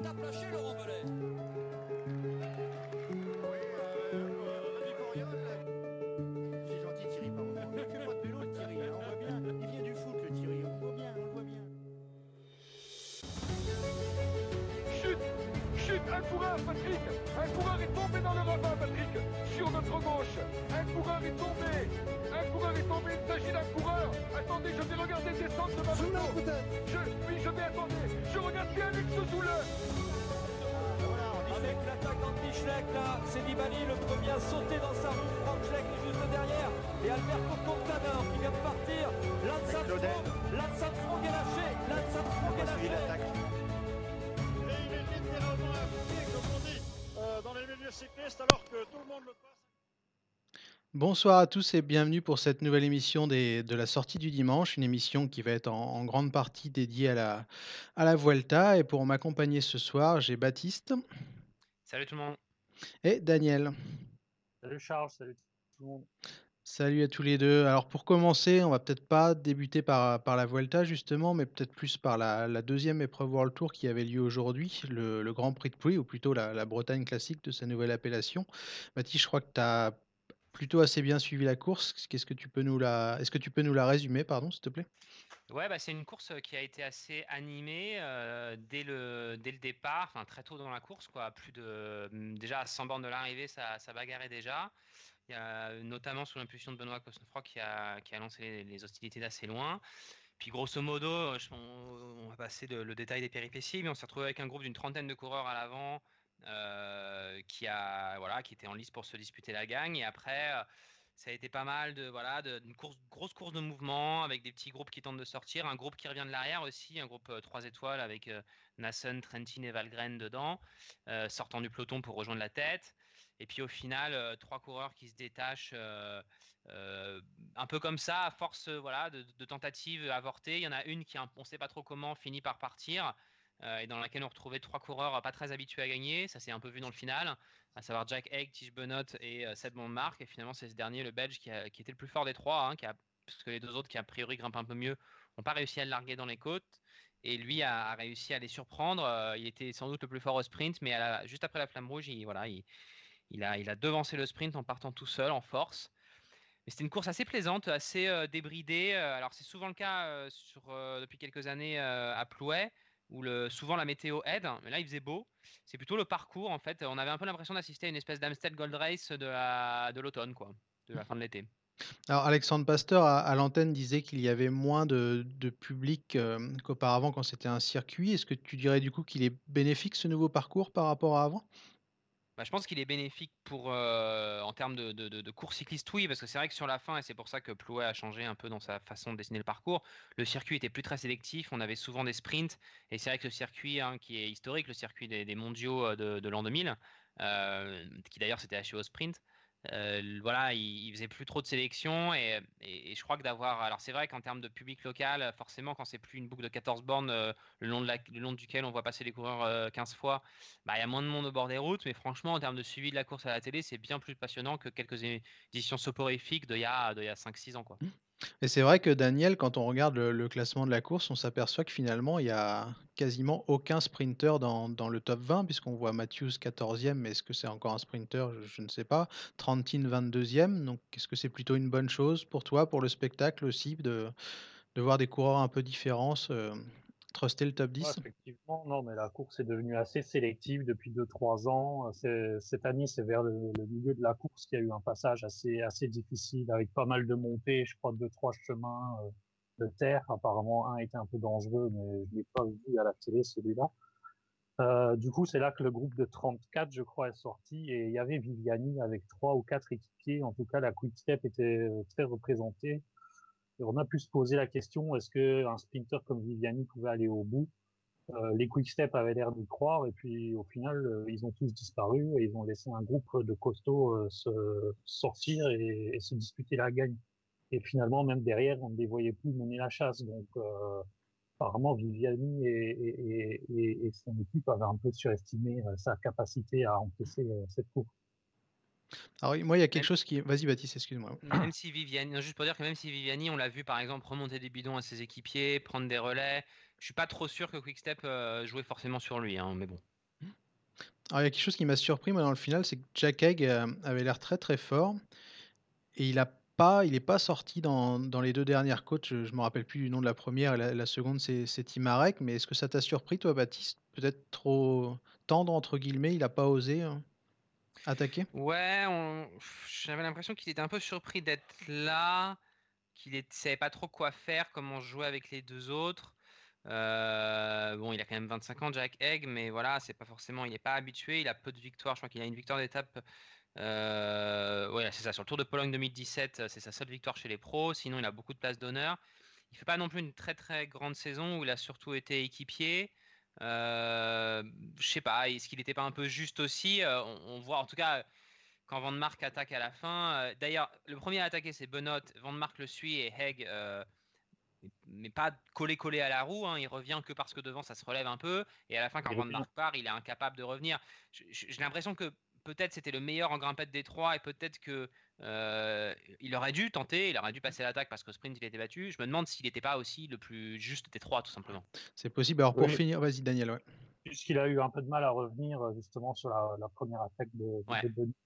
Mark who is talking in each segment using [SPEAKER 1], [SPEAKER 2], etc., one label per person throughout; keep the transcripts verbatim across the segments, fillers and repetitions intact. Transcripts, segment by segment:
[SPEAKER 1] tape lâchée, Laurent Belay.
[SPEAKER 2] Oui, euh, Rémi Coriol. C'est gentil Thierry, pardon. Il ne fait pas de vélo le Thierry, hein, on voit bien. Il vient du foot le Thierry, on le voit bien, on le voit bien.
[SPEAKER 3] Chute, chute, un coureur, Patrick. Un coureur est tombé dans le ravin, Patrick. Sur notre gauche, un coureur est tombé. Un coureur est tombé, il s'agit d'un coureur. Attendez, je vais regarder descendre de ma moto. Je, oui, je vais attendre. Je regarde bien Alex Zoule.
[SPEAKER 1] Avec l'attaque d'Andy Schleck, là, c'est Nibali le premier à sauter dans sa roue. Frank Schleck est juste derrière. Et Alberto Contador qui vient de partir. Lance Armstrong, Lance Armstrong est lâché. Lance Armstrong est lâché.
[SPEAKER 4] Et il est littéralement impliqué, comme on dit, euh, dans les milieux cyclistes, alors que tout le monde le passe.
[SPEAKER 5] Bonsoir à tous et bienvenue pour cette nouvelle émission des, de la sortie du dimanche, une émission qui va être en, en grande partie dédiée à la, à la Vuelta. Et pour m'accompagner ce soir, j'ai Baptiste
[SPEAKER 6] Salut tout le monde.
[SPEAKER 5] et Daniel.
[SPEAKER 7] Salut Charles, salut tout le monde.
[SPEAKER 5] Salut à tous les deux. Alors pour commencer, on va peut-être pas débuter par, par la Vuelta justement, mais peut-être plus par la, la deuxième épreuve World Tour qui avait lieu aujourd'hui, le, le Grand Prix de Pouilly, ou plutôt la, la Bretagne classique de sa nouvelle appellation. Baptiste, je crois que tu as plutôt assez bien suivi la course. Qu'est-ce que tu peux nous la, est-ce que tu peux nous la résumer, pardon, s'il te plaît?
[SPEAKER 6] Ouais, bah, c'est une course qui a été assez animée euh, dès, le, dès le départ, enfin très tôt dans la course, quoi. Plus de, déjà à cent bornes de l'arrivée, ça, ça bagarrait déjà. Il y a notamment sous l'impulsion de Benoît Cosnefroy qui a, qui a lancé les, les hostilités d'assez loin. Puis grosso modo, je- on, on va passer de- le détail des péripéties, mais on s'est retrouvé avec un groupe d'une trentaine de coureurs à l'avant euh, qui a voilà, qui était en lice pour se disputer la gagne. Et après, euh, ça a été pas mal de voilà, de, une course, grosse course de mouvement avec des petits groupes qui tentent de sortir, un groupe qui revient de l'arrière aussi, un groupe trois étoiles avec euh, Nassen, Trentin et Valgren dedans, euh, sortant du peloton pour rejoindre la tête. Et puis au final, euh, trois coureurs qui se détachent. Euh, euh, un peu comme ça, à force euh, voilà, de, de tentatives avortées. Il y en a une qui, on ne sait pas trop comment, finit par partir euh, et dans laquelle on retrouvait trois coureurs pas très habitués à gagner. Ça s'est un peu vu dans le final, à savoir Jack Haig, Tige Benoît et euh, Seb Montmark. Et finalement, c'est ce dernier, le Belge, qui, a, qui était le plus fort des trois, hein, qui a, parce que les deux autres qui a priori grimpent un peu mieux, n'ont pas réussi à le larguer dans les côtes. Et lui a, a réussi à les surprendre. Euh, il était sans doute le plus fort au sprint, mais à la, juste après la flamme rouge, il, voilà, il, il, a, il a devancé le sprint en partant tout seul, en force. Mais c'était une course assez plaisante, assez euh, débridée. Euh, alors c'est souvent le cas euh, sur, euh, depuis quelques années euh, à Plouay, où le, souvent la météo aide, mais là il faisait beau. C'est plutôt le parcours en fait. On avait un peu l'impression d'assister à une espèce d'Amstel Gold Race de, la, de l'automne, quoi, de la fin de l'été.
[SPEAKER 5] Alors Alexandre Pasteur à, à l'antenne disait qu'il y avait moins de, de public euh, qu'auparavant quand c'était un circuit. Est-ce que tu dirais du coup qu'il est bénéfique ce nouveau parcours par rapport à avant?
[SPEAKER 6] Bah, je pense qu'il est bénéfique pour, euh, en termes de, de, de, de course cycliste, oui, parce que c'est vrai que sur la fin, et c'est pour ça que Plouay a changé un peu dans sa façon de dessiner le parcours, le circuit était plus très sélectif, on avait souvent des sprints, et c'est vrai que le circuit hein, qui est historique, le circuit des, des mondiaux euh, de, de l'an deux mille, euh, qui d'ailleurs s'était achevé au sprint, euh, voilà, il, il faisait plus trop de sélection, et, et, et je crois que d'avoir, alors c'est vrai qu'en termes de public local, forcément quand c'est plus une boucle de quatorze bornes euh, le, long de la, le long duquel on voit passer les coureurs euh, quinze fois, bah, il y a moins de monde au bord des routes, mais franchement, en termes de suivi de la course à la télé, c'est bien plus passionnant que quelques éditions soporifiques d'il y a, d'il y a cinq six ans, quoi.
[SPEAKER 5] Et c'est vrai que Daniel, quand on regarde le, le classement de la course, on s'aperçoit que finalement, il y a quasiment aucun sprinter dans, dans le top vingt, puisqu'on voit Matthews quatorzième, mais est-ce que c'est encore un sprinter? Je, je ne sais pas. Trentin vingt-deuxième, donc est-ce que c'est plutôt une bonne chose pour toi, pour le spectacle aussi, de, de voir des coureurs un peu différents se truster le top
[SPEAKER 7] Ouais,
[SPEAKER 5] dix?
[SPEAKER 7] effectivement, non, mais la course est devenue assez sélective depuis deux trois ans. C'est, cette année, c'est vers le, le milieu de la course qu'il y a eu un passage assez, assez difficile avec pas mal de montées, je crois, deux, trois chemins euh, de terre. Apparemment, un était un peu dangereux, mais je l'ai pas vu à la télé, celui-là. Euh, du coup, c'est là que le groupe de trente-quatre, je crois, est sorti et il y avait Viviani avec trois ou quatre équipiers. En tout cas, la Quick Step était euh, très représentée. Et on a pu se poser la question, est-ce que un sprinter comme Viviani pouvait aller au bout? Euh, les Quick Step avaient l'air d'y croire et puis au final, euh, ils ont tous disparu et ils ont laissé un groupe de costauds euh, se sortir et, et se disputer la gagne. Et finalement, même derrière, on ne les voyait plus mener la chasse. Donc, euh, apparemment, Viviani et, et, et, et son équipe avaient un peu surestimé euh, sa capacité à encaisser euh, cette course.
[SPEAKER 5] Alors moi, il y a quelque
[SPEAKER 6] Même,
[SPEAKER 5] chose qui... Vas-y Baptiste, excuse-moi.
[SPEAKER 6] même si Viviani, non, juste pour dire que même si Viviani, on l'a vu par exemple remonter des bidons à ses équipiers, prendre des relais, je suis pas trop sûr que Quickstep euh, jouait forcément sur lui, hein, mais bon.
[SPEAKER 5] Alors, il y a quelque chose qui m'a surpris, moi, dans le final, c'est que Jack Haig euh, avait l'air très très fort et il a pas, il est pas sorti dans, dans les deux dernières côtes. Je, je me rappelle plus du nom de la première et la, la seconde, c'est c'est Timarek. Mais est-ce que ça t'a surpris, toi, Baptiste? Peut-être trop tendre, entre guillemets, il a pas osé euh, attaquer?
[SPEAKER 6] Ouais, on- j'avais l'impression qu'il était un peu surpris d'être là, qu'il ne savait pas trop quoi faire, comment jouer avec les deux autres. Euh, bon, il a quand même vingt-cinq ans, Jack Haig, mais voilà, c'est pas forcément, il n'est pas habitué, il a peu de victoires. Je crois qu'il a une victoire d'étape. Euh, ouais, c'est ça, sur le Tour de Pologne deux mille dix-sept, c'est sa seule victoire chez les pros. Sinon, il a beaucoup de places d'honneur. Il fait pas non plus une très très grande saison où il a surtout été équipier. Euh, je sais pas, est-ce qu'il n'était pas un peu juste aussi? Euh, on, on voit en tout cas quand Van Mark attaque à la fin. euh, D'ailleurs, le premier à attaquer c'est Benoît. Van Mark le suit et Haig, euh, mais pas collé collé à la roue. Hein, il revient que parce que devant ça se relève un peu. Et à la fin, quand
[SPEAKER 7] Il
[SPEAKER 6] Van
[SPEAKER 7] revient.
[SPEAKER 6] Mark part, il est incapable de revenir. J- j- J'ai l'impression que peut-être c'était le meilleur en grimpette des trois et peut-être que euh, il aurait dû tenter, il aurait dû passer l'attaque parce qu'au sprint il était battu. Je me demande s'il n'était pas aussi le plus juste des trois, tout simplement.
[SPEAKER 5] C'est possible. Alors, pour
[SPEAKER 7] Oui,
[SPEAKER 5] finir, vas-y, Daniel. Ouais.
[SPEAKER 7] puisqu'il a eu un peu de mal à revenir euh, justement sur la, la première attaque de, de,
[SPEAKER 6] Ouais,
[SPEAKER 7] de Denis.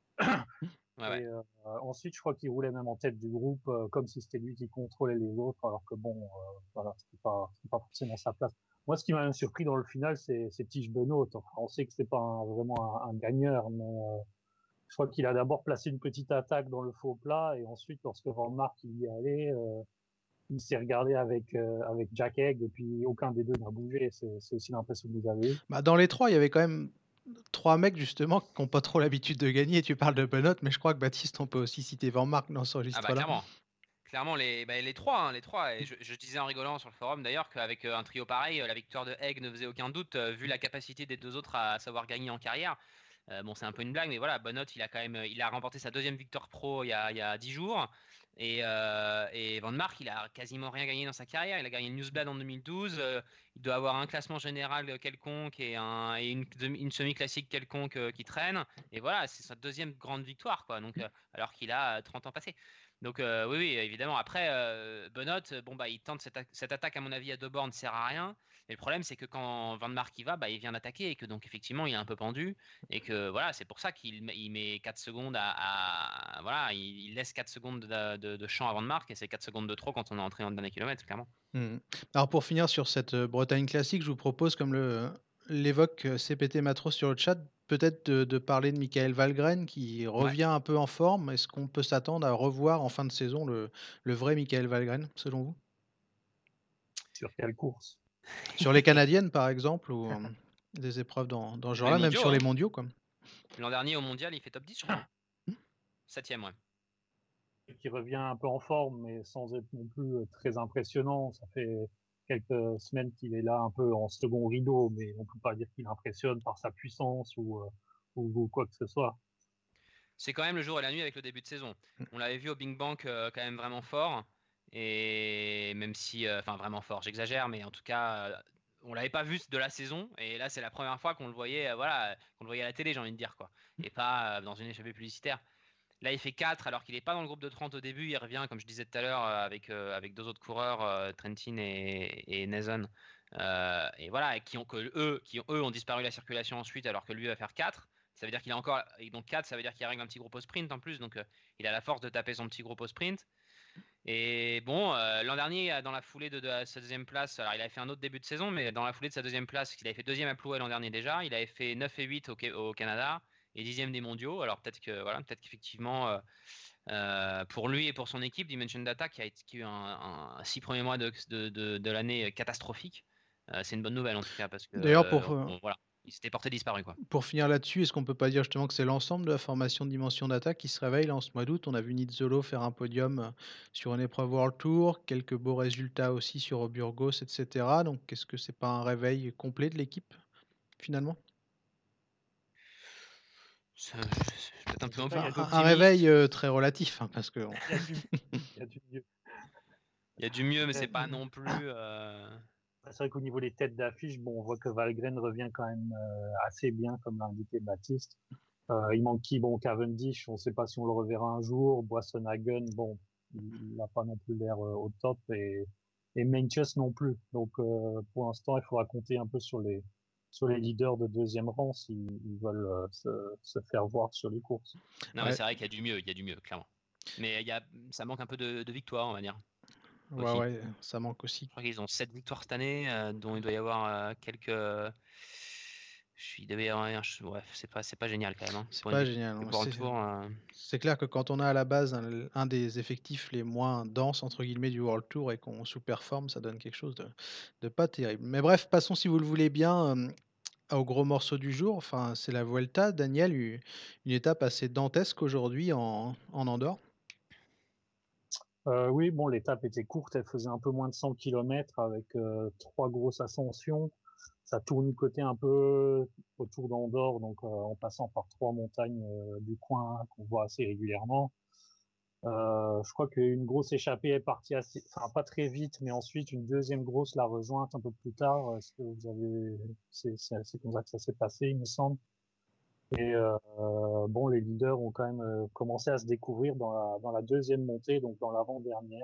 [SPEAKER 6] ouais, ouais.
[SPEAKER 7] Et euh, ensuite, je crois qu'il roulait même en tête du groupe, euh, comme si c'était lui qui contrôlait les autres, alors que bon, euh, voilà, c'était pas, c'était pas forcément sa place. Moi, ce qui m'a même surpris dans le final, c'est, c'est Tige Benoît. Enfin, on sait que c'est pas un- vraiment un, un gagneur, mais euh, je crois qu'il a d'abord placé une petite attaque dans le faux plat, et ensuite, lorsque Van Mark il y est allé, euh, il s'est regardé avec euh, avec Jack Haig, et puis aucun des deux n'a bougé. C'est, c'est aussi l'impression que vous avez eue.
[SPEAKER 5] Bah, dans les trois, il y avait quand même trois mecs justement qui n'ont pas trop l'habitude de gagner. Tu parles de Benoît, mais je crois que Baptiste, on peut aussi citer Van Mark dans ce
[SPEAKER 6] Ah bah
[SPEAKER 5] registre-là.
[SPEAKER 6] clairement. Clairement, les, bah, les trois, hein, les trois. Et je, je disais en rigolant sur le forum d'ailleurs qu'avec euh, un trio pareil, euh, la victoire de Haig ne faisait aucun doute, euh, vu la capacité des deux autres à savoir gagner en carrière. Euh, bon, c'est un peu une blague, mais voilà, Benoît, il a quand même, il a remporté sa deuxième victoire pro il y a, il y a dix jours. Et, euh, et Van Mark, il a quasiment rien gagné dans sa carrière. Il a gagné le Newsblad en deux mille douze. euh, il doit avoir un classement général quelconque et, un, et une, demi- une semi-classique quelconque euh, qui traîne. Et voilà, c'est sa deuxième grande victoire, quoi. Donc, euh, alors qu'il a euh, trente ans passés. Donc euh, oui, oui, évidemment. Après, euh, Benoît, bon bah il tente cette, a- cette attaque à mon avis à deux bornes, sert à rien. Et le problème c'est que quand Van Mark y va, bah il vient d'attaquer et que donc effectivement il est un peu pendu et que voilà, c'est pour ça qu'il met- il met quatre secondes à, à- voilà, il, il laisse quatre secondes de, de, de champ à Van Mark et c'est quatre secondes de trop quand on est entré dans le dernier kilomètre, clairement.
[SPEAKER 5] Hmm. Alors pour finir sur cette euh, Bretagne classique, je vous propose, comme le l'évoque euh, C P T Matros sur le chat, peut-être de, de parler de Michael Valgren qui
[SPEAKER 6] Ouais.
[SPEAKER 5] revient un peu en forme. Est-ce qu'on peut s'attendre à revoir en fin de saison le, le vrai Michael Valgren, selon vous?
[SPEAKER 7] Sur quelle course?
[SPEAKER 5] Sur les Canadiennes, par exemple, ou euh, des épreuves dans, dans ce
[SPEAKER 6] Les
[SPEAKER 5] genre-là, même
[SPEAKER 6] mondiaux,
[SPEAKER 5] sur les
[SPEAKER 6] hein.
[SPEAKER 5] mondiaux, quoi.
[SPEAKER 6] L'an dernier au mondial, il fait top dix, je crois. Septième, ouais.
[SPEAKER 7] Qui revient un peu en forme, mais sans être non plus euh, très impressionnant. Ça fait quelques semaines qu'il est là un peu en second rideau, mais on peut pas dire qu'il impressionne par sa puissance ou, euh, ou, ou quoi que ce soit.
[SPEAKER 6] C'est quand même le jour et la nuit avec le début de saison. On l'avait vu au Big Bang euh, quand même vraiment fort. Et même si, euh, enfin vraiment fort, j'exagère, mais en tout cas, euh, on l'avait pas vu de la saison. Et là, c'est la première fois qu'on le voyait, euh, voilà, qu'on le voyait à la télé, j'ai envie de dire quoi. Et pas euh, dans une échappée publicitaire. Là, il fait quatre alors qu'il n'est pas dans le groupe de trente au début. Il revient, comme je disais tout à l'heure, euh, avec, euh, avec deux autres coureurs, euh, Trentin et, et Nason. Euh, et voilà, et qui ont, que eux, qui ont, eux ont disparu de la circulation ensuite alors que lui va faire quatre. Ça veut dire qu'il a encore. Et donc quatre, ça veut dire qu'il règle un petit groupe au sprint en plus. Donc euh, il a la force de taper son petit groupe au sprint. Et bon, euh, l'an dernier, dans la foulée de, de sa deuxième place, alors il avait fait un autre début de saison, mais dans la foulée de sa deuxième place, il avait fait deuxième à Plouay l'an dernier déjà, il avait fait neuf et huit au, au Canada et dixième des mondiaux. Alors peut-être que voilà, peut-être qu'effectivement, euh, euh, pour lui et pour son équipe, Dimension Data, qui a, qui a eu un, un six premiers mois de, de, de, de l'année catastrophique, euh, c'est une bonne nouvelle en tout cas, parce que
[SPEAKER 5] D'ailleurs,
[SPEAKER 6] euh,
[SPEAKER 5] pour, euh,
[SPEAKER 6] on- voilà, il s'était porté disparu, quoi.
[SPEAKER 5] pour finir là-dessus, est-ce qu'on peut pas dire justement que c'est l'ensemble de la formation de Dimension Data qui se réveille là en ce mois d'août? On a vu Nizzolo faire un podium euh, sur une épreuve World Tour, quelques beaux résultats aussi sur Burgos, et cetera. Donc, est-ce que c'est pas un réveil complet de l'équipe finalement?
[SPEAKER 6] C'est c'est peut-être un peu, un peu
[SPEAKER 7] Il y a
[SPEAKER 5] Enfin, un, un
[SPEAKER 6] optimiste.
[SPEAKER 5] réveil euh, très relatif, hein, parce que on-
[SPEAKER 7] Il y a du, il y a du mieux.
[SPEAKER 6] Il y a du mieux, mais c'est pas non plus. euh,
[SPEAKER 7] C'est vrai qu'au niveau des têtes d'affiche, bon, on voit que Valgren revient quand même euh, assez bien, comme l'a indiqué Baptiste. Euh, il manque qui? Bon, Cavendish, on ne sait pas si on le reverra un jour. Boissonhagen, bon, il n'a pas non plus l'air euh, au top. Et, et Meintjes non plus. Donc, euh, pour l'instant, il faudra compter un peu sur les, sur les leaders de deuxième rang s'ils ils veulent euh, se, se faire voir sur les courses.
[SPEAKER 6] Non,
[SPEAKER 5] Ouais.
[SPEAKER 6] mais c'est vrai qu'il y a du mieux, il y a du mieux, clairement. Mais il y a, ça manque un peu de, de victoire, on va dire.
[SPEAKER 5] Ouais,
[SPEAKER 6] Aussi.
[SPEAKER 5] ouais, ça manque aussi.
[SPEAKER 6] Je crois qu'ils ont sept victoires cette année, euh, dont il doit y avoir euh, quelques. Je suis devait y avoir un- je- ouais, c'est pas, c'est pas génial quand même. Hein.
[SPEAKER 5] C'est
[SPEAKER 6] Pour
[SPEAKER 5] pas
[SPEAKER 6] une
[SPEAKER 5] génial.
[SPEAKER 6] victoire-
[SPEAKER 5] non.
[SPEAKER 6] pour le
[SPEAKER 5] C'est
[SPEAKER 6] tour, euh,
[SPEAKER 5] c'est clair que quand on a à la base un, un des effectifs les moins denses entre guillemets du World Tour et qu'on sous-performe, ça donne quelque chose de, de pas terrible. Mais bref, passons si vous le voulez bien euh, au gros morceau du jour. Enfin, c'est la Vuelta. Daniel, u- une étape assez dantesque aujourd'hui en, en Andorre.
[SPEAKER 7] Euh, oui, bon, l'étape était courte, elle faisait un peu moins de cent kilomètres avec euh, trois grosses ascensions. Ça tournicotait un peu autour d'Andorre, donc euh, en passant par trois montagnes euh, du coin qu'on voit assez régulièrement. Euh, je crois qu'une grosse échappée est partie assez, enfin pas très vite, mais ensuite une deuxième grosse l'a rejointe un peu plus tard. Est-ce que vous avez, c'est, c'est, c'est comme ça que ça s'est passé, il me semble. Et euh, bon, les leaders ont quand même euh, commencé à se découvrir dans la, dans la deuxième montée, donc dans l'avant-dernière.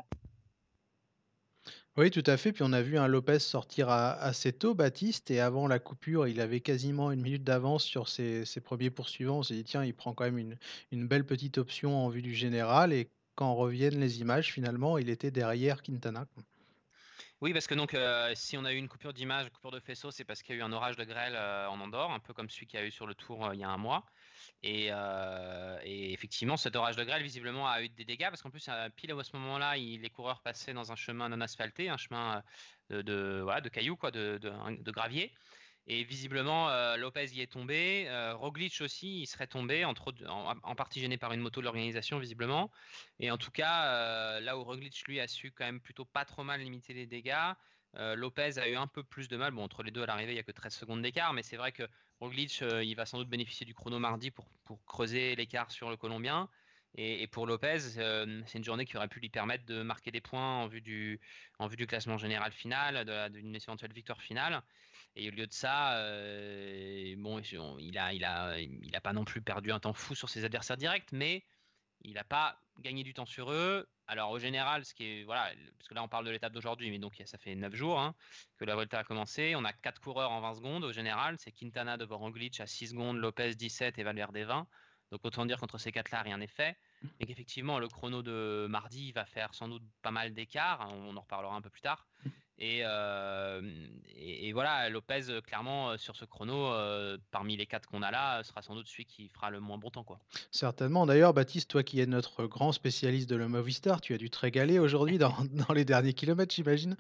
[SPEAKER 5] Oui, tout à fait. Puis on a vu un Lopez sortir à- assez tôt, Baptiste, et avant la coupure, il avait quasiment une minute d'avance sur ses, ses premiers poursuivants. On s'est dit, tiens, il prend quand même une, une belle petite option en vue du général. Et quand reviennent les images, finalement, il était derrière Quintana. quoi.
[SPEAKER 6] Oui, parce que donc, euh, si on a eu une coupure d'image, une coupure de faisceau, c'est parce qu'il y a eu un orage de grêle euh, en Andorre, un peu comme celui qu'il y a eu sur le Tour euh, il y a un mois. Et, euh, et effectivement, cet orage de grêle, visiblement, a eu des dégâts, parce qu'en plus, euh, pile à ce moment-là, il- les coureurs passaient dans un chemin non asphalté, un chemin euh, de, de, voilà, de cailloux, quoi, de, de, de gravier. Et visiblement, euh, Lopez y est tombé. Euh, Roglic aussi, il serait tombé, entre autres, en, en partie gêné par une moto de l'organisation, visiblement. Et en tout cas, euh, là où Roglic, lui, a su quand même plutôt pas trop mal limiter les dégâts, euh, Lopez a eu un peu plus de mal. Bon, entre les deux, à l'arrivée, il n'y a que treize secondes d'écart, mais c'est vrai que Roglic, euh, il va sans doute bénéficier du chrono mardi pour, pour creuser l'écart sur le Colombien. Et, et pour Lopez, euh, c'est une journée qui aurait pu lui permettre de marquer des points en vue du, en vue du classement général final, d'une éventuelle victoire finale. Et au lieu de ça, euh, bon, il a, il a, il a pas non plus perdu un temps fou sur ses adversaires directs, mais il n'a pas gagné du temps sur eux. Alors au général, ce qui est voilà, parce que là on parle de l'étape d'aujourd'hui, mais donc ça fait neuf jours hein, que la Volta a commencé. On a quatre coureurs en vingt secondes au général. C'est Quintana devant Roglic à six secondes, Lopez dix-sept et Valverde vingt. Donc autant dire qu'entre ces quatre-là, rien n'est fait. Et qu'effectivement, le chrono de mardi va faire sans doute pas mal d'écart. On en reparlera un peu plus tard. Et, euh, et, et voilà, Lopez, euh, clairement, euh, sur ce chrono, euh, parmi les quatre qu'on a là, sera sans doute celui qui fera le moins bon temps, quoi.
[SPEAKER 5] Certainement. D'ailleurs, Baptiste, toi qui es notre grand spécialiste de la Movistar, tu as dû te régaler aujourd'hui dans, dans les derniers kilomètres, j'imagine.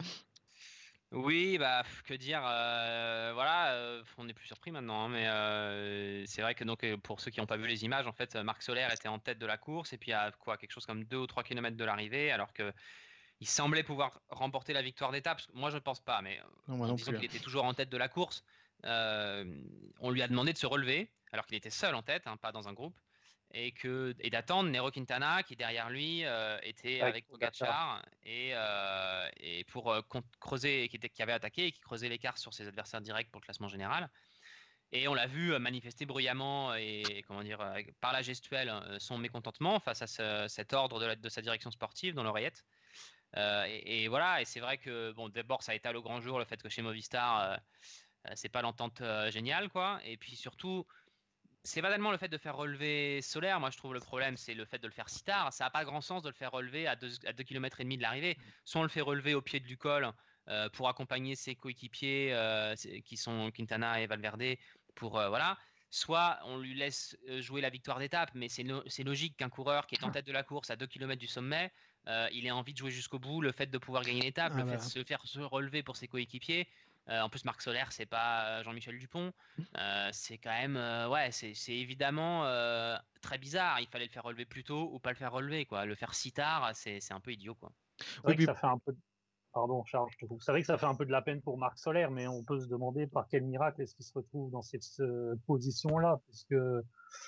[SPEAKER 6] Oui, bah pff, que dire, euh, voilà, euh, on n'est plus surpris maintenant, hein, mais euh, c'est vrai que donc euh, pour ceux qui n'ont pas vu les images, en fait, Marc Soler était en tête de la course et puis à quoi, quelque chose comme deux ou trois kilomètres de l'arrivée, alors que il semblait pouvoir remporter la victoire d'étape. Moi, je ne pense pas, mais
[SPEAKER 5] Non, moi
[SPEAKER 6] en
[SPEAKER 5] non
[SPEAKER 6] disant
[SPEAKER 5] plus.
[SPEAKER 6] qu'il
[SPEAKER 5] hein.
[SPEAKER 6] était toujours en tête de la course, euh, on lui a demandé de se relever, alors qu'il était seul en tête, hein, pas dans un groupe, et que et d'attendre Nero Quintana qui derrière lui euh, était
[SPEAKER 7] Avec
[SPEAKER 6] avec
[SPEAKER 7] Pogacar.
[SPEAKER 6] Pogacar et, euh, et pour euh, con- creuser, qui, était, qui avait attaqué et qui creusait l'écart sur ses adversaires directs pour le classement général. Et on l'a vu euh, manifester bruyamment et comment dire euh, par la gestuelle euh, son mécontentement face à ce- cet ordre de, la- de sa direction sportive dans l'oreillette. Euh, et, et voilà, et c'est vrai que bon, d'abord ça a été au grand jour le fait que chez Movistar, euh, euh, c'est pas l'entente euh, géniale, quoi. Et puis surtout, c'est pas tellement le fait de faire relever Solaire. Moi, je trouve le problème, c'est le fait de le faire si tard. Ça n'a pas grand sens de le faire relever à deux, à deux kilomètres et demi de l'arrivée. Soit on le fait relever au pied du col euh, pour accompagner ses coéquipiers euh, qui sont Quintana et Valverde. Pour euh, voilà. Soit on lui laisse euh, jouer la victoire d'étape, mais c'est no- c'est logique qu'un coureur qui est en tête de la course à deux kilomètres du sommet, euh, il ait envie de jouer jusqu'au bout. Le fait de pouvoir gagner l'étape,
[SPEAKER 5] Ah
[SPEAKER 6] le fait
[SPEAKER 5] bah,
[SPEAKER 6] de se faire se relever pour ses coéquipiers. Euh, en plus, Marc Soler, c'est pas Jean-Michel Dupont. Euh, c'est quand même, euh, ouais, c'est c'est évidemment euh, très bizarre. Il fallait le faire relever plus tôt ou pas le faire relever, quoi. Le faire si tard, c'est c'est un peu idiot, quoi.
[SPEAKER 7] C'est
[SPEAKER 5] Oui,
[SPEAKER 7] vrai que
[SPEAKER 5] puis
[SPEAKER 7] ça fait un peu. Pardon, Charles, je te coupe. C'est vrai que ça fait un peu de la peine pour Marc Soler, mais on peut se demander par quel miracle est-ce qu'il se retrouve dans cette euh, position-là, puisque euh,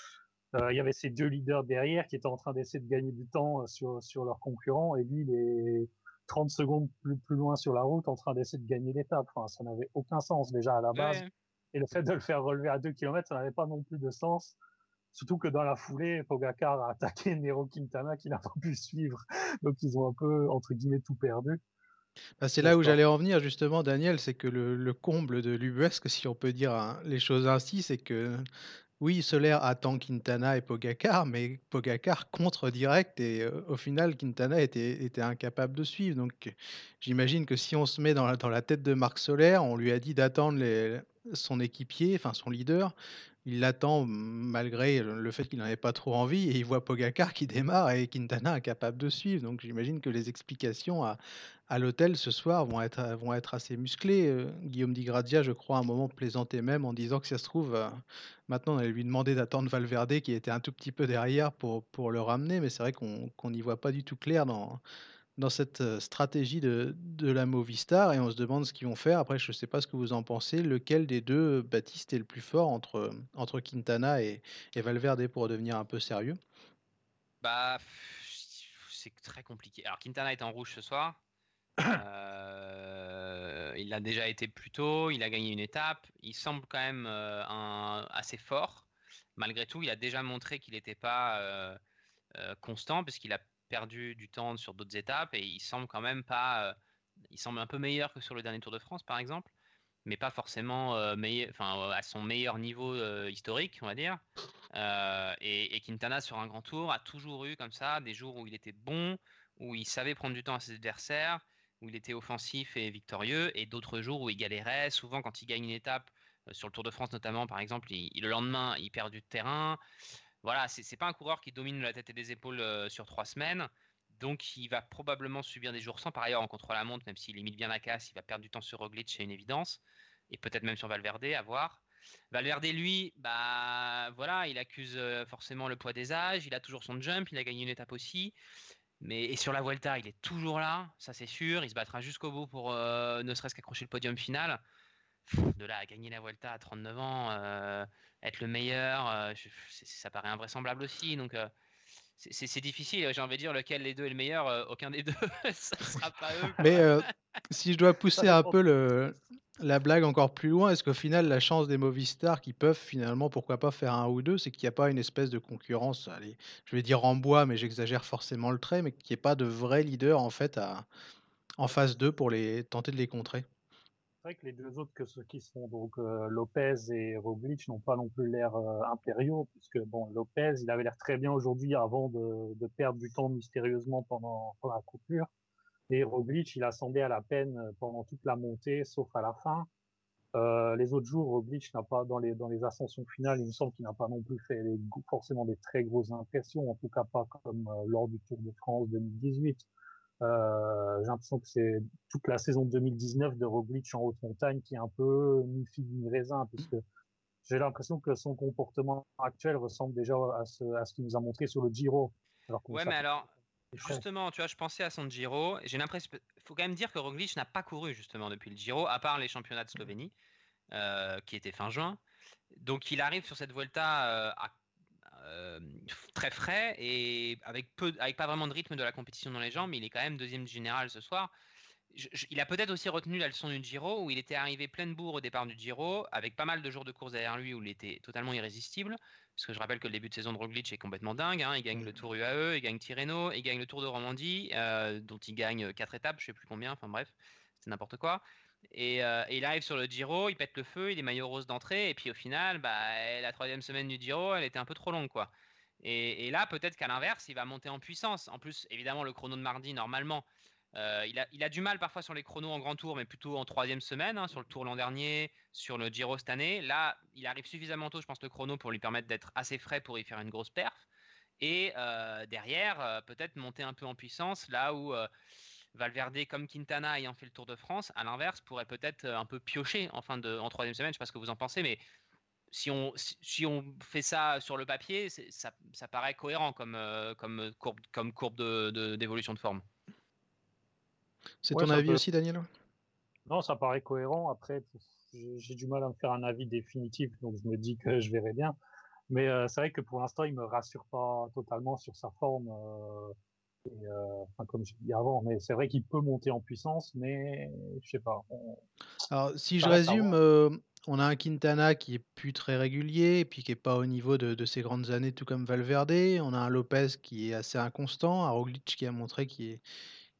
[SPEAKER 7] il y avait ces deux leaders derrière qui étaient en train d'essayer de gagner du temps euh, sur, sur leurs concurrents, et lui, il est trente secondes plus, plus loin sur la route en train d'essayer de gagner l'étape. Enfin, ça n'avait aucun sens déjà à la base.
[SPEAKER 6] Ouais.
[SPEAKER 7] Et le fait de le faire relever à deux kilomètres, ça n'avait pas non plus de sens. Surtout que dans la foulée, Pogacar a attaqué Nero Quintana qui n'a pas pu suivre. Donc ils ont un peu, entre guillemets, tout perdu.
[SPEAKER 5] Bah, c'est
[SPEAKER 7] n'est-ce
[SPEAKER 5] là où
[SPEAKER 7] pas?
[SPEAKER 5] j'allais en venir justement, Daniel, c'est que le, le comble de l'ubuesque, si on peut dire hein, les choses ainsi, c'est que oui, Soler attend Quintana et Pogacar, mais Pogacar contre direct et euh, au final, Quintana était, était incapable de suivre. Donc j'imagine que si on se met dans la, dans la tête de Marc Soler, on lui a dit d'attendre les- son équipier, enfin son leader. Il l'attend malgré le le fait qu'il n'en ait pas trop envie et il voit Pogacar qui démarre et Quintana incapable de suivre. Donc j'imagine que les explications à, à l'hôtel ce soir vont être, vont être assez musclées. Euh, Guillaume Di Grazia, je crois, à un moment plaisantait même en disant que ça se trouve, euh, maintenant on allait lui demander d'attendre Valverde qui était un tout petit peu derrière pour, pour le ramener. Mais c'est vrai qu'on qu'on n'y voit pas du tout clair dans, dans cette euh, stratégie de, de la Movistar et on se demande ce qu'ils vont faire. Après, je ne sais pas ce que vous en pensez. Lequel des deux, Baptiste, est le plus fort entre, entre Quintana et, et Valverde pour devenir un peu sérieux?
[SPEAKER 6] Bah, pff, c'est très compliqué. Alors, Quintana est en rouge ce soir. Euh, il a déjà été plus tôt, il a gagné une étape. Il semble quand même euh, un- assez fort. Malgré tout, il a déjà montré qu'il n'était pas euh, euh, constant puisqu'il a perdu du temps sur d'autres étapes et il semble quand même pas. euh, il semble un peu meilleur que sur le dernier Tour de France, par exemple, mais pas forcément euh, meilleur, enfin, euh, à son meilleur niveau euh, historique, on va dire. Euh, et, et Quintana sur un grand tour a toujours eu comme ça des jours où il était bon, où il savait prendre du temps à ses adversaires, où il était offensif et victorieux, et d'autres jours où il galérait. Souvent, quand il gagne une étape, euh, sur le Tour de France notamment, par exemple, il- il- le lendemain, il perd du terrain. Voilà, c'est c'est pas un coureur qui domine de la tête et des épaules euh, sur trois semaines. Donc, il va probablement subir des jours sans. Par ailleurs, en contre-la-montre, même s'il limite bien la casse, il va perdre du temps sur Roglic, c'est une évidence. Et peut-être même sur Valverde, à voir. Valverde, lui, bah voilà, il accuse euh, forcément le poids des âges. Il a toujours son jump, il a gagné une étape aussi. Mais et sur la Vuelta, il est toujours là, ça c'est sûr. Il se battra jusqu'au bout pour euh, ne serait-ce qu'accrocher le podium final. Pff, de là à gagner la Vuelta à trente-neuf ans, euh, être le meilleur, euh, je- c'est- ça paraît invraisemblable aussi. Donc euh, c'est c'est- c'est difficile. J'ai envie de dire lequel des deux est le meilleur. euh, aucun des deux, ça sera pas eux,
[SPEAKER 5] Mais
[SPEAKER 6] quoi.
[SPEAKER 5] euh, si je dois
[SPEAKER 7] Ça
[SPEAKER 5] pousser un
[SPEAKER 7] dépend.
[SPEAKER 5] peu le, la blague encore plus loin, est-ce qu'au final, la chance des Movistar qui peuvent finalement, pourquoi pas faire un ou deux, c'est qu'il n'y a pas une espèce de concurrence, allez, je vais dire en bois, mais j'exagère forcément le trait, mais qu'il n'y ait pas de vrai leader en fait à, en phase deux pour les tenter de les contrer.
[SPEAKER 7] C'est vrai que les deux autres que ceux qui sont donc euh, Lopez et Roglic n'ont pas non plus l'air euh, impériaux, puisque bon, Lopez, il avait l'air très bien aujourd'hui avant de, de perdre du temps mystérieusement pendant, pendant la coupure. Et Roglic, il a semblé à la peine euh, pendant toute la montée, sauf à la fin. Euh, les autres jours, Roglic n'a pas, dans les, dans les ascensions finales, il me semble qu'il n'a pas non plus fait les, forcément des très grosses impressions, en tout cas pas comme euh, lors du Tour de France deux mille dix-huit. Euh, j'ai l'impression que c'est toute la saison deux mille dix-neuf de Roglic en haute montagne qui est un peu mi figue mi raisin, puisque j'ai l'impression que son comportement actuel ressemble déjà à ce, à ce qu'il nous a montré sur le Giro. Alors que
[SPEAKER 6] Ouais,
[SPEAKER 7] ça
[SPEAKER 6] mais
[SPEAKER 7] fait
[SPEAKER 6] alors,
[SPEAKER 7] très frais.
[SPEAKER 6] justement, tu vois, je pensais à son Giro. J'ai l'impression, faut quand même dire que Roglic n'a pas couru justement depuis le Giro, à part les championnats de Slovénie, euh, qui étaient fin juin. Donc, il arrive sur cette Vuelta euh, à- euh, très frais et avec peu, avec pas vraiment de rythme de la compétition dans les jambes, mais il est quand même deuxième du général ce soir. Je- je- il a peut-être aussi retenu la leçon du Giro où il était arrivé pleine bourre au départ du Giro, avec pas mal de jours de course derrière lui où il était totalement irrésistible. Parce que je rappelle que le début de saison de Roglic est complètement dingue, hein. Il gagne le Tour U A E, il gagne Tirreno, il gagne le Tour de Romandie, euh, dont il gagne quatre étapes, je sais plus combien, enfin bref, c'est n'importe quoi. Et, euh, et il arrive sur le Giro, il pète le feu, il est maillot rose d'entrée, et puis au final, bah, la troisième semaine du Giro, elle était un peu trop longue, quoi. Et, et là, peut-être qu'à l'inverse, il va monter en puissance. En plus, évidemment, le chrono de mardi, normalement, euh, il, a, il a du mal parfois sur les chronos en grand tour, mais plutôt en troisième semaine, hein, sur le tour l'an dernier, sur le Giro cette année. Là, il arrive suffisamment tôt, je pense, le chrono pour lui permettre d'être assez frais pour y faire une grosse perf. Et euh, derrière, euh, peut-être monter un peu en puissance, là où euh, Valverde, comme Quintana, ayant fait le Tour de France, à l'inverse, pourrait peut-être euh, un peu piocher en, fin de, en troisième semaine. Je ne sais pas ce que vous en pensez, mais si on, si, si on fait ça sur le papier, ça, ça paraît cohérent comme, euh, comme courbe, comme courbe de, de, d'évolution de forme.
[SPEAKER 5] C'est
[SPEAKER 7] Ouais,
[SPEAKER 5] ton
[SPEAKER 7] ça
[SPEAKER 5] avis
[SPEAKER 7] peut.
[SPEAKER 5] aussi, Daniel?
[SPEAKER 7] Non, ça paraît cohérent. Après, j'ai j'ai du mal à me faire un avis définitif, donc je me dis que je verrai bien. Mais euh, c'est vrai que pour l'instant, il me rassure pas totalement sur sa forme. Euh, et, euh, enfin, comme je dit avant, mais c'est vrai qu'il peut monter en puissance, mais je sais pas. On-
[SPEAKER 5] Alors, si je
[SPEAKER 7] ça reste à
[SPEAKER 5] résume,
[SPEAKER 7] voir.
[SPEAKER 5] euh, on a un Quintana qui est plus très régulier et puis qui est pas au niveau de, de ses grandes années, tout comme Valverde. On a un Lopez qui est assez inconstant, un Roglic qui a montré qu'il est,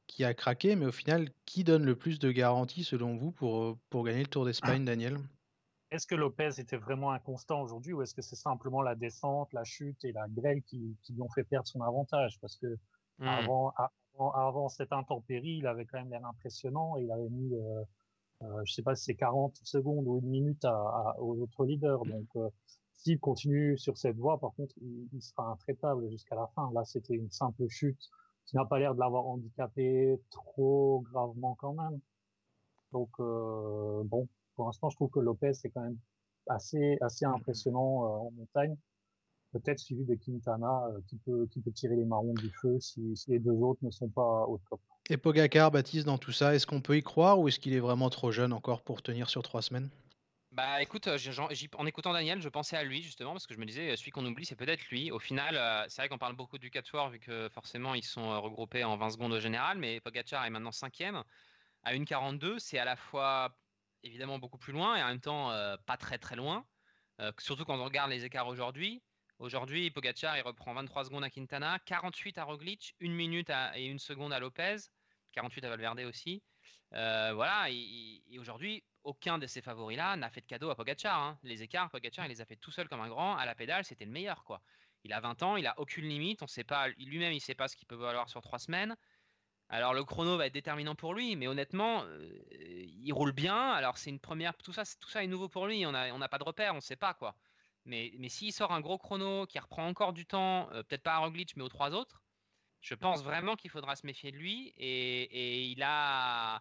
[SPEAKER 5] qui a craqué, mais au final, qui donne le plus de garanties selon vous pour, euh, pour gagner le Tour d'Espagne, Daniel?
[SPEAKER 7] Est-ce que Lopez était vraiment inconstant aujourd'hui ou est-ce que c'est simplement la descente, la chute et la grêle qui, qui lui ont fait perdre son avantage? Parce que
[SPEAKER 6] Hmm.
[SPEAKER 7] avant, avant, avant cette intempérie, il avait quand même l'air impressionnant et il avait mis, euh, euh, je sais pas si c'est quarante secondes ou une minute à, à- aux autres leaders. Donc, euh, s'il continue sur cette voie, par contre, il, il sera intraitable jusqu'à la fin. Là, c'était une simple chute qui n'a pas l'air de l'avoir handicapé trop gravement quand même. Donc, euh, bon, pour l'instant, je trouve que Lopez est quand même assez, assez impressionnant euh, en montagne. Peut-être suivi de Quintana euh, qui peut, qui peut tirer les marrons du feu si, si les deux autres ne sont pas au top.
[SPEAKER 5] Et Pogacar, Baptiste, dans tout ça, est-ce qu'on peut y croire ou est-ce qu'il est vraiment trop jeune encore pour tenir sur trois semaines?
[SPEAKER 6] Bah écoute, euh, j'ai- j'en- j'y- en écoutant Daniel, je pensais à lui justement parce que je me disais, euh, celui qu'on oublie, c'est peut-être lui. Au final, euh, c'est vrai qu'on parle beaucoup du quatuor vu que forcément ils sont euh, regroupés en vingt secondes au général, mais Pogacar est maintenant cinquième à une quarante-deux. C'est à la fois évidemment beaucoup plus loin et en même temps euh, pas très très loin. Euh, surtout quand on regarde les écarts aujourd'hui. Aujourd'hui, Pogacar il reprend vingt-trois secondes à Quintana, quarante-huit à Roglic, une minute à- et une seconde à Lopez, quarante-huit à Valverde aussi. Euh, voilà, et, et aujourd'hui, aucun de ces favoris-là n'a fait de cadeau à Pogacar. Hein. Les écarts, Pogacar, il les a fait tout seul comme un grand. À la pédale, c'était le meilleur, quoi. Il a vingt ans, il a aucune limite. On sait pas, lui-même, il sait pas ce qu'il peut valoir sur trois semaines. Alors le chrono va être déterminant pour lui, mais honnêtement, euh, il roule bien. Alors c'est une première, tout ça, tout ça est nouveau pour lui. On a, on n'a pas de repère, on sait pas quoi. Mais, mais s'il sort un gros chrono qui reprend encore du temps, euh, peut-être pas à Roglic, mais aux trois autres, je pense vraiment qu'il faudra se méfier de lui. Et, et il a,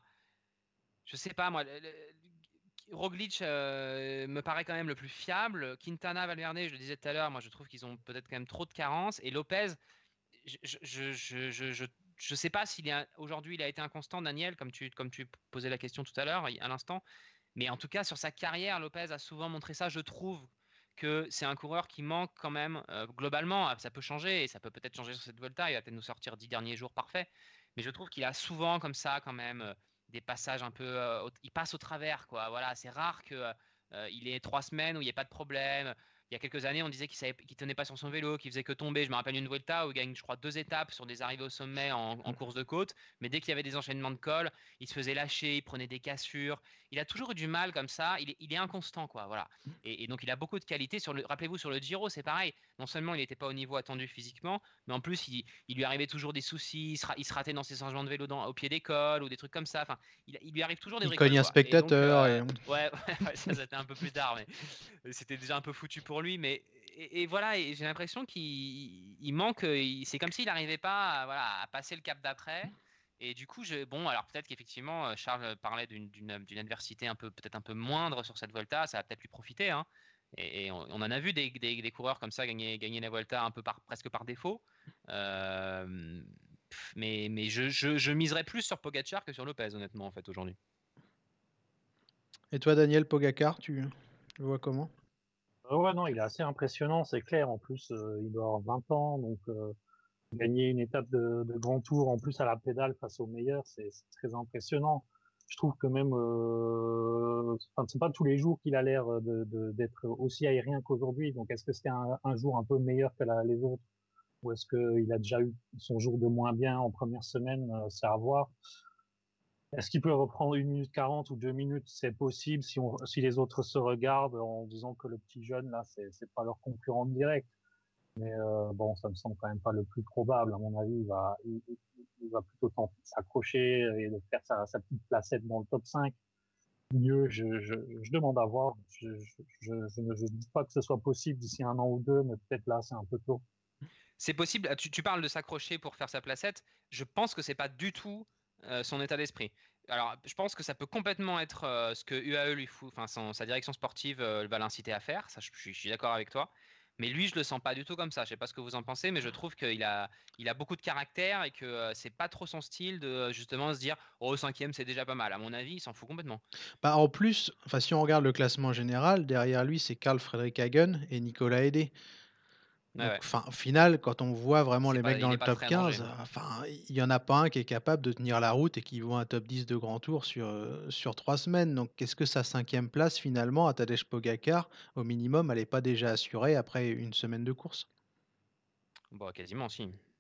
[SPEAKER 6] je sais pas moi, le- le- Roglic euh, me paraît quand même le plus fiable. Quintana, Valverde, je le disais tout à l'heure, moi je trouve qu'ils ont peut-être quand même trop de carences. Et Lopez, je, je, je, je, je, je sais pas s'il est aujourd'hui il a été inconstant, Daniel, comme tu, comme tu posais la question tout à l'heure, à l'instant. Mais en tout cas, sur sa carrière, Lopez a souvent montré ça. Je trouve que c'est un coureur qui manque quand même euh, globalement. Ça peut changer et ça peut peut-être changer sur cette Volta. Il va peut-être nous sortir dix derniers jours parfaits. Mais je trouve qu'il a souvent comme ça quand même euh, des passages un peu. Euh, au- il passe au travers quoi. Voilà, c'est rare que euh, il ait trois semaines où il n'y ait pas de problème. Il y a quelques années, on disait qu'il ne tenait pas sur son vélo, qu'il faisait que tomber. Je me rappelle une Vuelta où il gagne, je crois, deux étapes sur des arrivées au sommet en, en course de côte. Mais dès qu'il y avait des enchaînements de col, il se faisait lâcher, il prenait des cassures. Il a toujours eu du mal comme ça. Il est, il est inconstant, quoi. Voilà. Et, et donc, il a beaucoup de qualités. Sur le, rappelez-vous, sur le Giro, c'est pareil. Non seulement il n'était pas au niveau attendu physiquement, mais en plus, il, il lui arrivait toujours des soucis. Il se, il se ratait dans ses changements de vélo dans, au pied des cols ou des trucs comme ça. Enfin, il, il lui arrive toujours des
[SPEAKER 5] Il
[SPEAKER 6] bricoles,
[SPEAKER 5] cogne un
[SPEAKER 6] quoi. Et donc,
[SPEAKER 5] spectateur
[SPEAKER 6] euh,
[SPEAKER 5] et...
[SPEAKER 6] ouais, ouais, ça, c'était un peu plus tard, mais c'était déjà un peu foutu pour lui. Mais et, et voilà, et j'ai l'impression qu'il il manque. il- C'est comme s'il n'arrivait pas, à, voilà, à passer le cap d'après. Et du coup, je, bon, alors peut-être qu'effectivement, euh, Charles parlait d'une, d'une, d'une adversité un peu, peut-être un peu moindre sur cette Volta, ça va peut-être lui profiter. Hein. Et, et on, on en a vu des, des, des coureurs comme ça gagner, gagner la Volta un peu par, presque par défaut. Euh, pff, mais mais je, je, je miserais plus sur Pogacar que sur Lopez, honnêtement, en fait, aujourd'hui.
[SPEAKER 5] Et toi, Daniel, Pogacar, tu le vois comment?
[SPEAKER 7] Euh, ouais, non, il est assez impressionnant, c'est clair. En plus, euh, il doit avoir vingt ans, donc euh, gagner une étape de, de grand tour, en plus à la pédale face aux meilleurs, c'est c'est très impressionnant. Je trouve que même, euh, enfin, c'est pas tous les jours qu'il a l'air de, de- d'être aussi aérien qu'aujourd'hui. Donc, est-ce que c'était un, un jour un peu meilleur que la- les autres, ou est-ce qu'il a déjà eu son jour de moins bien en première semaine? Euh, c'est à voir. Est-ce qu'il peut reprendre une minute quarante ou deux minutes? C'est possible si, on, si les autres se regardent en disant que le petit jeune, là, c'est, c'est pas leur concurrent direct. Mais euh, bon, ça me semble quand même pas le plus probable. À mon avis, il va, il, il va plutôt tenter de s'accrocher et de faire sa, sa petite placette dans le top cinq. Mieux, je, je, je demande à voir. Je, je, je, je ne je dis pas que ce soit possible d'ici un an ou deux, mais peut-être là, c'est un peu tôt.
[SPEAKER 6] C'est possible, tu, tu parles de s'accrocher pour faire sa placette. Je pense que c'est pas du tout euh, son état d'esprit. Alors, je pense que ça peut complètement être euh, ce que U A E lui fout, enfin son- sa direction sportive euh, va l'inciter à faire. Ça, je, suis, je suis d'accord avec toi. Mais lui, je le sens pas du tout comme ça. Je sais pas ce que vous en pensez, mais je trouve qu'il a, il a beaucoup de caractère et que euh, c'est pas trop son style de euh, justement se dire oh cinquième c'est déjà pas mal. À mon avis, il s'en fout complètement.
[SPEAKER 5] Bah, en plus, enfin, si on regarde le classement général, derrière lui, c'est Carl Fredrik Hagen et Nicolas Hédé.
[SPEAKER 6] Ouais,
[SPEAKER 5] Donc,
[SPEAKER 6] ouais.
[SPEAKER 5] enfin, au final, quand on voit vraiment
[SPEAKER 6] C'est
[SPEAKER 5] les
[SPEAKER 6] pas,
[SPEAKER 5] mecs dans
[SPEAKER 6] il est
[SPEAKER 5] le
[SPEAKER 6] pas
[SPEAKER 5] top
[SPEAKER 6] très en danger.
[SPEAKER 5] quinze, euh, enfin, il y en a pas un qui est capable de tenir la route et qui vaut un top dix de grand tour sur, euh, sur trois semaines. Donc, qu'est-ce que sa cinquième place, finalement, à Tadej Pogacar, au minimum, elle n'est pas déjà assurée après une semaine de course?
[SPEAKER 6] Bon, quasiment si.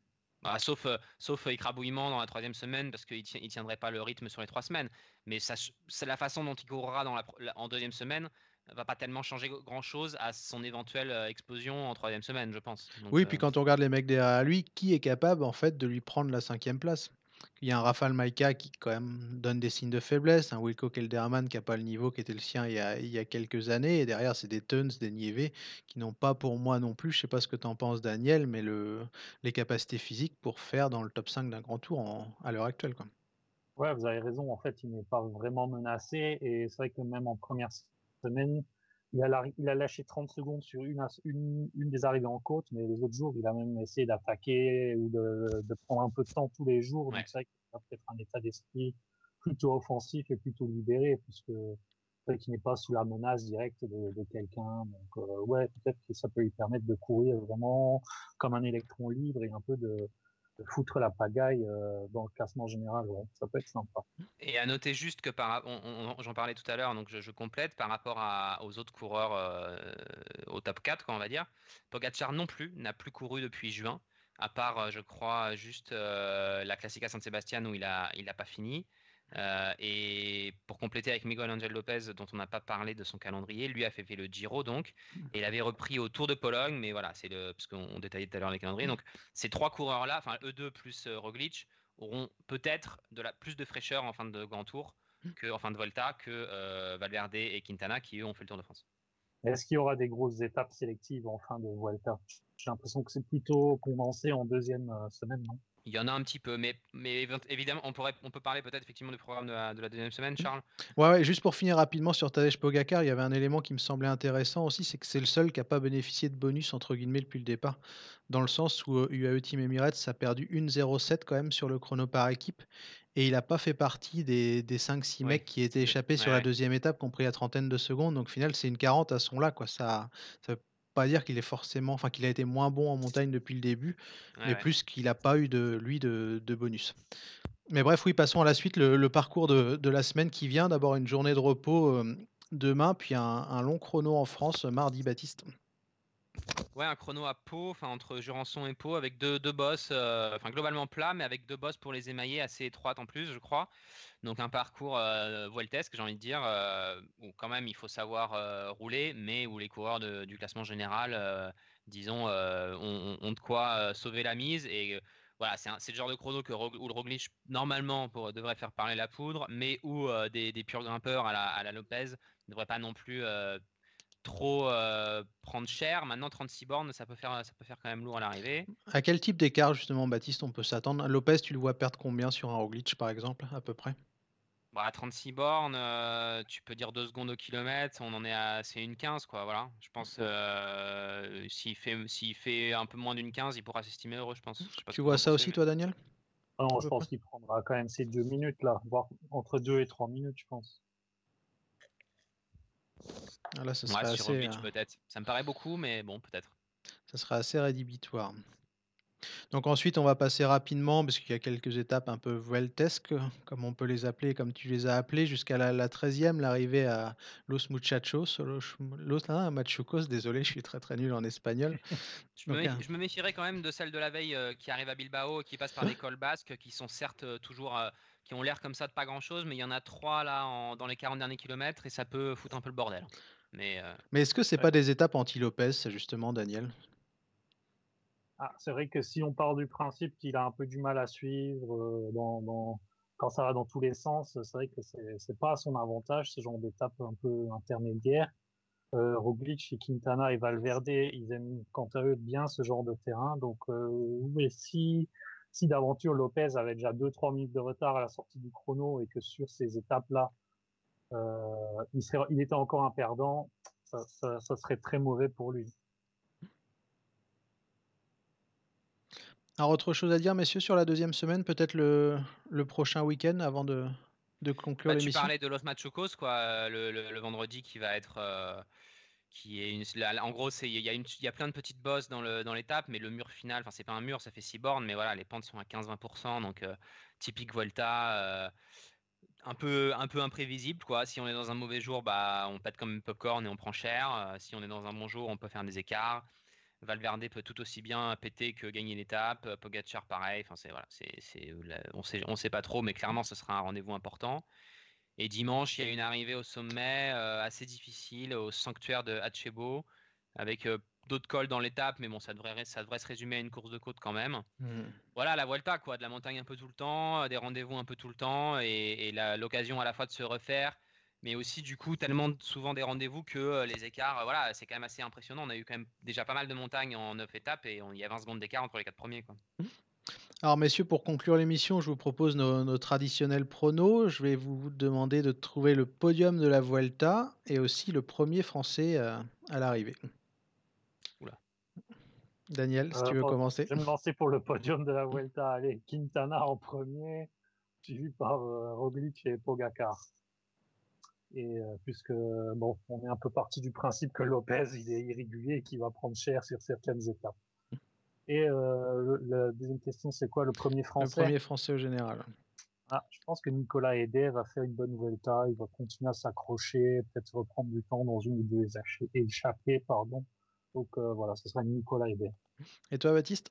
[SPEAKER 6] Ah, sauf, euh, sauf euh, écrabouillement dans la troisième semaine parce qu'il ne tiendrait pas le rythme sur les trois semaines. Mais ça, c'est la façon dont il courra dans la, la, en deuxième semaine va pas tellement changer grand-chose à son éventuelle euh, explosion en troisième semaine, je pense. Donc,
[SPEAKER 5] Oui,
[SPEAKER 6] euh,
[SPEAKER 5] puis quand on regarde les mecs derrière lui, qui est capable en fait de lui prendre la cinquième place? Il y a un Rafał Majka qui quand même donne des signes de faiblesse, un Wilco Kelderman qui n'a pas le niveau qui était le sien il y a, il y a quelques années, et derrière c'est des Teuns, des Nieve qui n'ont pas pour moi non plus, je sais pas ce que tu en penses Daniel, mais le, les capacités physiques pour faire dans le top cinq d'un grand tour en- à l'heure actuelle, quoi.
[SPEAKER 7] Ouais, vous avez raison. En fait, il n'est pas vraiment menacé. Et c'est vrai que même en première semaine, il a, la- il a lâché trente secondes sur une, as- une, une des arrivées en côte, mais les autres jours, il a même essayé d'attaquer ou de, de prendre un peu de temps tous les jours.
[SPEAKER 6] ouais.
[SPEAKER 7] Donc c'est vrai qu'il a peut-être un état d'esprit plutôt offensif et plutôt libéré, puisque c'est vrai qu'il n'est pas sous la menace directe de, de quelqu'un. Donc euh, ouais, peut-être que ça peut lui permettre de courir vraiment comme un électron libre et un peu de de foutre la pagaille euh, dans le classement général, ouais, ça peut être sympa.
[SPEAKER 6] Et à noter juste que par, on, on, j'en parlais tout à l'heure, donc je, je complète par rapport à, aux autres coureurs euh, au top quatre, quoi, on va dire. Pogacar non plus n'a plus couru depuis juin, à part, je crois, juste euh, la Classica San Sebastian où il a, il a pas fini. Euh, et pour compléter avec Miguel Angel Lopez, dont on n'a pas parlé de son calendrier, lui a fait, fait le Giro donc, et il avait repris au Tour de Pologne, mais voilà, c'est le, parce qu'on détaillait tout à l'heure les calendriers. Donc ces trois coureurs-là, enfin eux deux plus euh, Roglic, auront peut-être de la plus de fraîcheur en fin de grand tour que en fin de Volta que euh, Valverde et Quintana qui eux ont fait le Tour de France.
[SPEAKER 7] Est-ce qu'il y aura des grosses étapes sélectives en fin de Vuelta? J'ai l'impression que c'est plutôt condensé en deuxième euh, semaine, non?
[SPEAKER 6] Il y en a un petit peu, mais, mais évidemment, on, pourrait, on peut parler peut-être effectivement du programme de la, de la deuxième semaine, Charles.
[SPEAKER 5] Ouais, ouais, juste pour finir rapidement sur Tadej Pogacar, il y avait un élément qui me semblait intéressant aussi, c'est que c'est le seul qui n'a pas bénéficié de bonus entre guillemets depuis le départ, dans le sens où euh, U A E Team Emirates a perdu une zéro sept quand même sur le chrono par équipe, et il n'a pas fait partie des, des cinq six
[SPEAKER 6] Oui,
[SPEAKER 5] mecs qui étaient
[SPEAKER 6] c'est-
[SPEAKER 5] échappés
[SPEAKER 6] ouais,
[SPEAKER 5] sur la
[SPEAKER 6] ouais.
[SPEAKER 5] deuxième étape, qui ont pris la trentaine de secondes, donc au final c'est une quarante à son là, quoi. Ça, ça veut pas dire qu'il est forcément, enfin qu'il a été moins bon en montagne depuis le début,
[SPEAKER 6] Ouais,
[SPEAKER 5] mais
[SPEAKER 6] ouais.
[SPEAKER 5] plus qu'il n'a pas eu de lui de, de bonus. Mais bref, oui, passons à la suite, le, le parcours de, de la semaine qui vient. D'abord une journée de repos euh, demain, puis un, un long chrono en France euh, mardi, Baptiste.
[SPEAKER 6] Ouais, un chrono à Pau, enfin entre Jurançon et Pau, avec deux, deux bosses, euh, enfin globalement plat, mais avec deux bosses pour les émailler assez étroites en plus, je crois. Donc un parcours euh, vueltesque, j'ai envie de dire, euh, où quand même il faut savoir euh, rouler, mais où les coureurs de- du classement général, euh, disons, euh, ont, ont de quoi euh, sauver la mise. Et euh, voilà, c'est, un- c'est le genre de chrono que Rog- où le Roglic normalement pour, devrait faire parler la poudre, mais où euh, des, des purs grimpeurs à la, à la Lopez ne devraient pas non plus euh, trop euh, prendre cher. Maintenant, trente-six bornes, ça peut faire, ça peut faire quand même lourd à l'arrivée.
[SPEAKER 5] À quel type d'écart, justement, Baptiste, on peut s'attendre? Lopez, tu le vois perdre combien sur un Roglic, par exemple, à peu près?
[SPEAKER 6] Bon, à trente-six bornes, euh, tu peux dire deux secondes au kilomètre, on en est à c'est une quinze quoi, voilà. Je pense euh, s'il fait s'il fait un peu moins d'une quinze, il pourra s'estimer heureux, je pense. Je sais pas ce
[SPEAKER 5] Tu
[SPEAKER 6] que vous
[SPEAKER 5] vois
[SPEAKER 6] en
[SPEAKER 5] ça
[SPEAKER 6] pensez,
[SPEAKER 5] aussi,
[SPEAKER 6] mais
[SPEAKER 5] toi, Daniel?
[SPEAKER 7] Ah non,
[SPEAKER 5] À
[SPEAKER 7] je
[SPEAKER 5] peu près.
[SPEAKER 7] pense qu'il prendra quand même ces deux minutes là, voire entre deux et trois minutes, je pense.
[SPEAKER 5] Ah, là, ça
[SPEAKER 6] ouais,
[SPEAKER 5] serait
[SPEAKER 6] sur
[SPEAKER 5] assez, euh,
[SPEAKER 6] Roglic peut-être. Ça me paraît beaucoup, mais bon, peut-être.
[SPEAKER 5] ça serait assez rédhibitoire. Donc ensuite, on va passer rapidement, parce qu'il y a quelques étapes un peu vueltesques, comme on peut les appeler, comme tu les as appelées, jusqu'à la, la treizième, l'arrivée à Los Muchachos, Los, Los ah, Machucos, désolé, je suis très très nul en espagnol.
[SPEAKER 6] Je me,
[SPEAKER 5] Donc,
[SPEAKER 6] méfi-
[SPEAKER 5] un-
[SPEAKER 6] je me méfierais quand même de celle de la veille euh, qui arrive à Bilbao, qui passe par des cols basques, qui sont certes euh, toujours, euh, qui ont l'air comme ça de pas grand-chose, mais il y en a trois là en- dans les quarante derniers kilomètres et ça peut foutre un peu le bordel. Mais euh,
[SPEAKER 5] Mais est-ce que c'est
[SPEAKER 7] Ouais.
[SPEAKER 5] pas des étapes anti-Lopez, ça, justement, Daniel?
[SPEAKER 7] Ah, c'est vrai que si on part du principe qu'il a un peu du mal à suivre euh, dans, dans- quand ça va dans tous les sens, c'est vrai que c'est c'est pas à son avantage ce genre d'étape un peu intermédiaire. Euh, Roglic et Quintana et Valverde, ils aiment quant à eux bien ce genre de terrain. Donc euh, oui, si si d'aventure Lopez avait déjà deux trois minutes de retard à la sortie du chrono et que sur ces étapes-là euh, il serait, il était encore un perdant, ça, ça, ça serait très mauvais pour lui.
[SPEAKER 5] Alors, autre chose à dire, messieurs, sur la deuxième semaine, peut-être le, le prochain week-end avant de, de conclure
[SPEAKER 6] bah, tu
[SPEAKER 5] l'émission?
[SPEAKER 6] parlais de Los Machucos, quoi, euh, le, le- le vendredi qui va être, euh, qui est une, là, en gros, c'est il y a une, il y a plein de petites bosses dans le dans l'étape, mais le mur final, enfin c'est pas un mur, ça fait six bornes, mais voilà, les pentes sont à quinze vingt pour cent, donc euh, typique Volta. euh, un peu un peu imprévisible quoi. Si on est dans un mauvais jour, bah on pète comme une popcorn et on prend cher. Euh, si on est dans un bon jour, on peut faire des écarts. Valverde peut tout aussi bien péter que gagner l'étape. euh, Pogacar pareil. Enfin c'est voilà, c'est c'est euh, la- on sait on sait pas trop, mais clairement ce sera un rendez-vous important. Et dimanche, il y a une arrivée au sommet euh, assez difficile au sanctuaire de Hachebo avec euh, d'autres cols dans l'étape, mais bon, ça devrait ça devrait se résumer à une course de côte quand même.
[SPEAKER 5] Hmm.
[SPEAKER 6] Voilà, la Vuelta, quoi, de la montagne un peu tout le temps, euh, des rendez-vous un peu tout le temps, et, et la- l'occasion à la fois de se refaire, mais aussi du coup tellement de- souvent des rendez-vous que euh, les écarts, euh, voilà, c'est quand même assez impressionnant. On a eu quand même déjà pas mal de montagnes en neuf étapes et on- il y a vingt secondes d'écart entre les quatre premiers, quoi.
[SPEAKER 5] Alors messieurs, pour conclure l'émission, je vous propose nos, nos traditionnels pronos. Je vais vous demander de trouver le podium de la Vuelta et aussi le premier Français euh, à l'arrivée.
[SPEAKER 6] Oula.
[SPEAKER 5] Daniel, si
[SPEAKER 7] Euh,
[SPEAKER 5] tu veux
[SPEAKER 7] bon,
[SPEAKER 5] commencer.
[SPEAKER 7] je vais me lancer pour le podium de la Vuelta. Allez, Quintana en premier, suivi par euh, Roglic et Pogacar. Et euh, puisque bon, on est un peu parti du principe que Lopez il est irrégulier et qu'il va prendre cher sur certaines étapes. Et euh, le, la deuxième question, c'est quoi le premier
[SPEAKER 5] Le
[SPEAKER 7] Français?
[SPEAKER 5] premier Français au général.
[SPEAKER 7] Ah, je pense que Nicolas Hédet va faire une bonne Vuelta. Il va continuer à s'accrocher, peut-être reprendre du temps dans une ou deux échappées, échappées, pardon. Donc euh, voilà, ce sera Nicolas Hédet.
[SPEAKER 5] Et toi, Baptiste?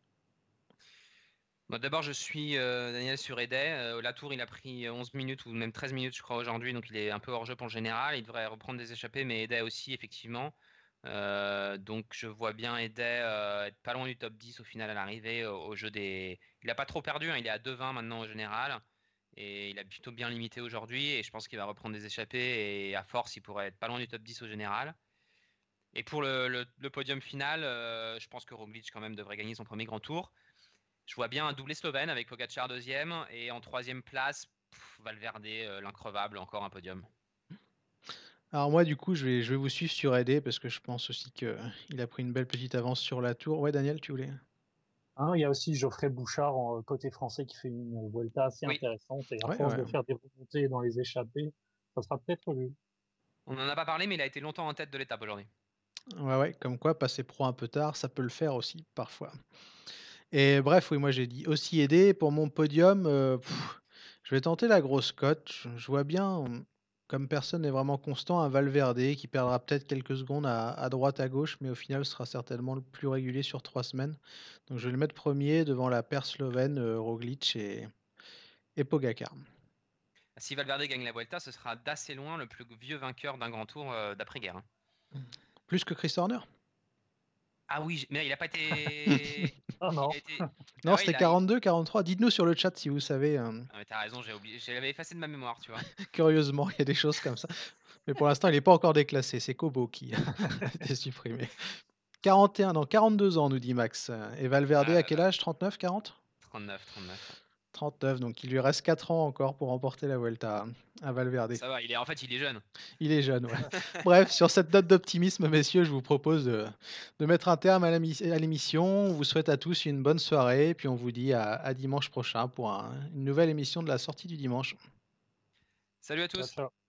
[SPEAKER 6] Bon, d'abord, je suis euh, Daniel sur Eday. Euh, la tour, il a pris onze minutes ou même treize minutes, je crois, aujourd'hui. Donc, il est un peu hors jeu pour le général. Il devrait reprendre des échappées, mais Eday aussi, effectivement. Euh, donc, je vois bien Eday euh, être pas loin du top dix au final à l'arrivée au, au jeu des. Il a pas trop perdu, hein, il est à deux vingt maintenant au général. Et il a plutôt bien limité aujourd'hui. Et je pense qu'il va reprendre des échappées. Et à force, il pourrait être pas loin du top dix au général. Et pour le, le- le podium final, euh, je pense que Roglic, quand même, devrait gagner son premier grand tour. Je vois bien un doublé slovène avec Pogacar deuxième et en troisième place, pff, Valverde, euh, l'increvable, encore un podium.
[SPEAKER 5] Alors moi, du coup, je vais, je vais vous suivre sur Eday parce que je pense aussi qu'il a pris une belle petite avance sur la tour. Ouais, Daniel, tu voulais?
[SPEAKER 7] Hein, il y a aussi Geoffrey Bouchard en côté français qui fait une Vuelta assez
[SPEAKER 6] Oui,
[SPEAKER 7] intéressante et à
[SPEAKER 5] Ouais,
[SPEAKER 7] force
[SPEAKER 5] ouais.
[SPEAKER 7] de faire des remontées dans les échappées, ça sera peut-être lui.
[SPEAKER 6] on n'en a pas parlé, mais il a été longtemps en tête de l'étape aujourd'hui.
[SPEAKER 5] Ouais, ouais, comme quoi, passer pro un peu tard, ça peut le faire aussi, parfois. Et bref, oui, moi j'ai dit aussi aider pour mon podium. euh, pff, je vais tenter la grosse cote. Je, je vois bien, hum, comme personne n'est vraiment constant, un Valverde qui perdra peut-être quelques secondes à, à droite, à gauche, mais au final sera certainement le plus régulier sur trois semaines. Donc je vais le mettre premier devant la paire slovène, euh, Roglic et, et Pogacar.
[SPEAKER 6] Si Valverde gagne la Vuelta, ce sera d'assez loin le plus vieux vainqueur d'un grand tour euh, d'après-guerre, hein.
[SPEAKER 5] Plus que Chris Horner?
[SPEAKER 6] Ah oui, j- mais il a pas été.
[SPEAKER 7] Ah
[SPEAKER 6] Il
[SPEAKER 7] non,
[SPEAKER 6] a été. Ah
[SPEAKER 5] Non,
[SPEAKER 6] ouais,
[SPEAKER 5] c'était
[SPEAKER 6] il a. il-
[SPEAKER 5] quarante-deux, quarante-trois. Dites-nous sur le chat si vous savez. euh,
[SPEAKER 6] Ah, mais t'as raison, j'ai oublié. Je l'avais effacé de ma mémoire, tu vois.
[SPEAKER 5] curieusement, il y a des choses comme ça. Mais pour l'instant, il n'est pas encore déclassé. C'est Kobo qui a été supprimé. quarante et un, non, quarante-deux ans, nous dit Max. Et Valverde,
[SPEAKER 6] Ah
[SPEAKER 5] à
[SPEAKER 6] là
[SPEAKER 5] quel
[SPEAKER 6] là.
[SPEAKER 5] âge? trente-neuf, quarante?
[SPEAKER 6] trente-neuf, trente-neuf.
[SPEAKER 5] trente-neuf, donc il lui reste quatre ans encore pour remporter la Vuelta à Valverde.
[SPEAKER 6] Ça va, il est, en fait, il est jeune.
[SPEAKER 5] Il est jeune, ouais. Bref, sur cette note d'optimisme, messieurs, je vous propose de, de mettre un terme à la mi- à l'émission. On vous souhaite à tous une bonne soirée, puis on vous dit à, à dimanche prochain pour un- une nouvelle émission de la sortie du dimanche.
[SPEAKER 6] Salut à
[SPEAKER 7] ciao,
[SPEAKER 6] tous.
[SPEAKER 7] ciao.